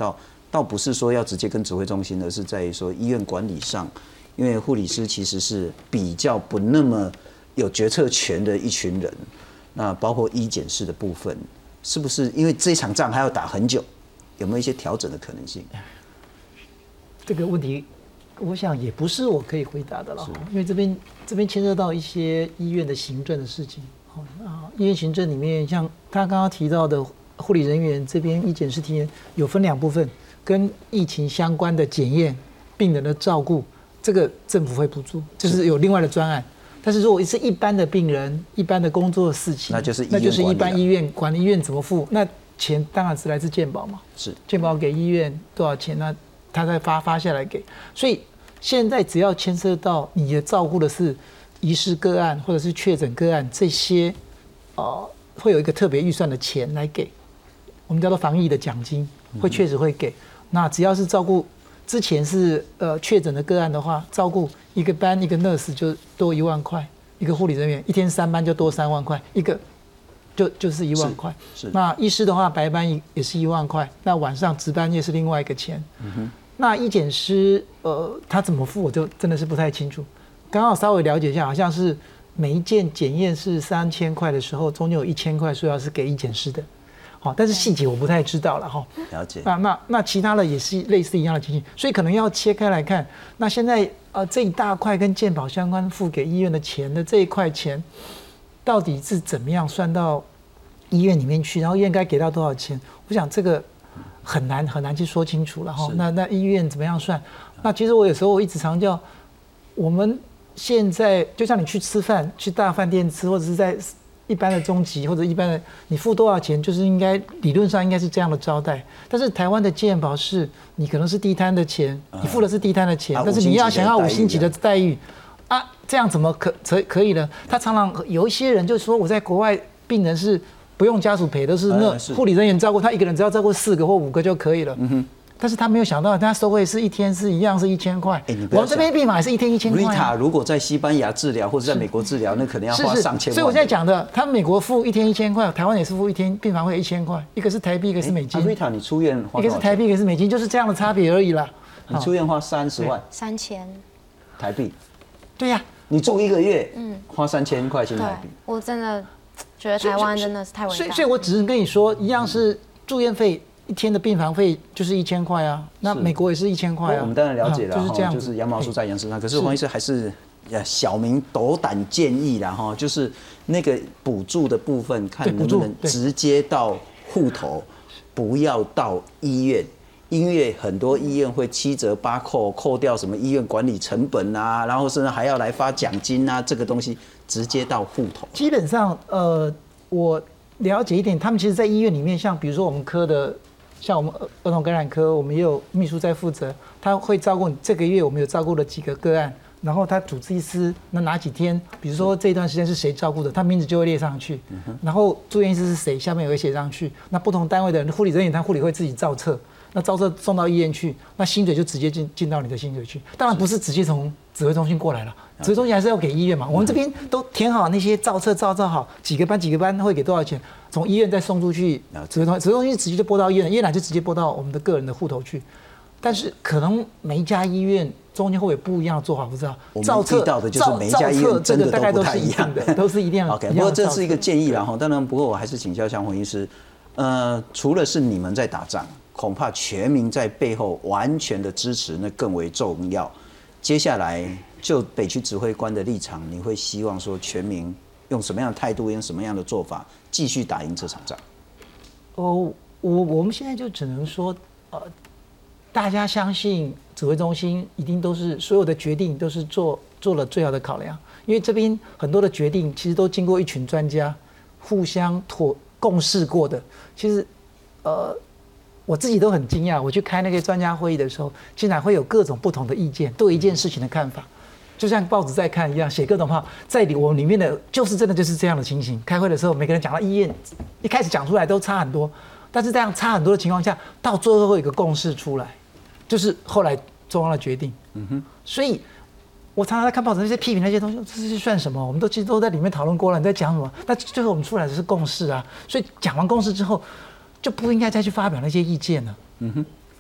倒不是说要直接跟指挥中心，而是在于说医院管理上，因为护理师其实是比较不那么有决策权的一群人。那包括医检视的部分，是不是因为这场仗还要打很久，有没有一些调整的可能性？ 这个问题，我想也不是我可以回答的了，因为这边牵涉到一些医院的行政的事情。医院行政里面，像他刚刚提到的护理人员这边医检视体验有分2部分，跟疫情相关的检验、病人的照顾，这个政府会补助，就是有另外的专案。但是如果是一般的病人、一般的工作事情，那就是一般医院管理，医院怎么付？那钱当然是来自健保嘛， 是健保给医院多少钱，那他再发下来给。所以现在只要牵涉到你的照顾的是疑似个案或者是确诊个案，这些会有一个特别预算的钱来给，我们叫做防疫的奖金，会确实会给。那只要是照顾之前是确诊的个案的话，照顾一个班一个 nurse 就多1万块，一个护理人员1天3班就多3万块，一个就是1万块。那医师的话，白班也是1万块，那晚上值班也是另外一个钱。那医检师他怎么付，我就真的是不太清楚。刚好稍微了解一下，好像是每一件检验是3000块的时候，中间有1000块说要是给医检师的。好，但是细节我不太知道了哈。 了解。 那其他的也是类似一样的情形，所以可能要切开来看。那现在这一大块跟健保相关付给医院的钱的这一块钱，到底是怎么样算到医院里面去？然后医院该给到多少钱？我想这个很难去说清楚了哈。那医院怎么样算？那其实我有时候我一直常叫我们现在就像你去吃饭，去大饭店吃，或者是在一般的中级或者一般的，你付多少钱，就是应该理论上应该是这样的招待。但是台湾的健保是，你可能是地摊的钱，你付的是地摊的钱，但是你要想要5星级的待遇啊，这样怎么可以呢？他常常有一些人就说，我在国外病人是不用家属陪，都是那护理人员照顾，他一个人只要照顾4个或5个就可以了。但是他没有想到，他收费是1天是一样是1000块。我们这边病房也是1天1000块。 Rita 如果在西班牙治疗或者在美国治疗，那可能要花上千万。 所以我现在讲的，他美国付1天1000块，台湾也是付1天病房费1000块，一个是台币，一个是美金。 Rita 你出院花多少钱？ 一个是台币，一个是美金，就是这样的差别而已啦。 你出院花30万 ，3000 台币。 对呀， 你住1个月，花3000块新台币。 我真的觉得台湾真的是太伟大。 所以我只是跟你说，一样是住院费。1天的病房费就是1000块啊，那美国也是1000块啊。 我们当然了解了， 就是这样， 就是羊毛出在羊身上。可是黄医师还是小民斗胆建议啦哈，就是那个补助的部分，看能不能直接到户头，不要到医院。因为很多医院会7折8扣，扣掉什么医院管理成本啊，然后甚至还要来发奖金啊，这个东西直接到户头。 基本上，我了解一点，他们其实，在医院里面，像比如说我们科的。像我们儿童感染科，我们也有秘书在负责，他会照顾你。这个月我们有照顾了几个个案，然后他主治医师那哪几天，比如说这一段时间是谁照顾的，他名字就会列上去。然后住院医师是谁，下面也会写上去。那不同单位的人，护理人员他护理会自己造册，那造册送到医院去，那薪水就直接进到你的薪水去。当然不是直接从指挥中心过来了，指挥中心还是要给医院嘛。我们这边都填好那些造册照好，几个班会给多少钱。从医院再送出去，指挥中心直接就拨到医院，医院就直接拨到我们的个人的户头去。但是可能每一家医院中间会有不一样的做法，不知道。 我们遇到的就是每一家医院真的都不太一样的，都是一定要。 OK， 不过这是一个建议啦哈。当然，不过我还是请教江宏医师，除了是你们在打仗，恐怕全民在背后完全的支持，那更为重要。接下来就北区指挥官的立场，你会希望说全民用什么样的态度，用什么样的做法，继续打赢这场仗？ 我们现在就只能说，大家相信指挥中心一定都是所有的决定都是做了最好的考量，因为这边很多的决定其实都经过一群专家互相共识过的。其实，我自己都很惊讶，我去开那个专家会议的时候，竟然会有各种不同的意见，对一件事情的看法。就像报纸在看一样，写各种话，在我里面的就是真的就是这样的情形。开会的时候，每个人讲到医院，一开始讲出来都差很多，但是这样差很多的情况下，到最后会有一个共识出来，就是后来中央的决定。所以我常常在看报纸那些批评那些东西，这是算什么？我们其实都在里面讨论过了，你在讲什么？那最后我们出来的是共识啊。所以讲完共识之后，就不应该再去发表那些意见了。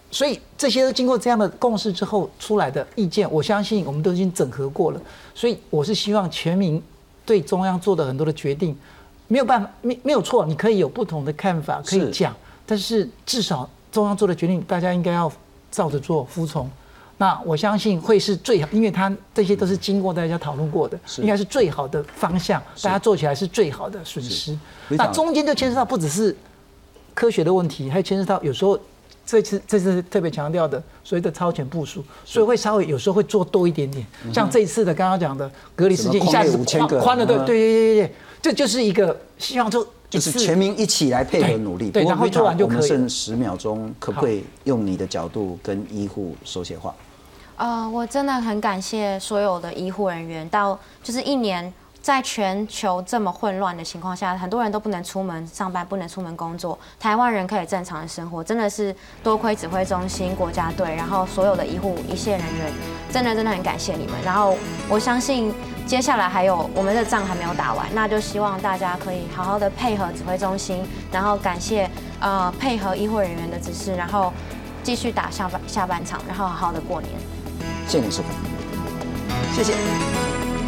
所以这些都经过这样的共识之后出来的意见，我相信我们都已经整合过了。所以我是希望全民对中央做的很多的决定，没有办法，没有错，你可以有不同的看法，可以讲，但是至少中央做的决定，大家应该要照着做，服从。那我相信会是最好，因为它这些都是经过大家讨论过的，应该是最好的方向，大家做起来是最好的损失。那中间就牵涉到不只是科学的问题，还牵涉到有时候这次特别强调的所谓的超前部署，所以会稍微有时候会做多一点点。像这一次的刚刚讲的隔离时间一下子宽了，对，这就是一个希望就是全民一起来配合努力。 对，然后做完就可以。 我们剩10秒钟，可不可以用你的角度跟医护说些话？ 我真的很感谢所有的医护人员，到就是1年，在全球这么混乱的情况下，很多人都不能出门上班，不能出门工作，台湾人可以正常的生活，真的是多亏指挥中心、国家队，然后所有的医护一线人员，真的很感谢你们。然后我相信接下来还有我们的仗还没有打完，那就希望大家可以好好的配合指挥中心，然后感谢配合医护人员的指示，然后继续打下半场，然后好好的过年。 谢谢你收看，谢谢。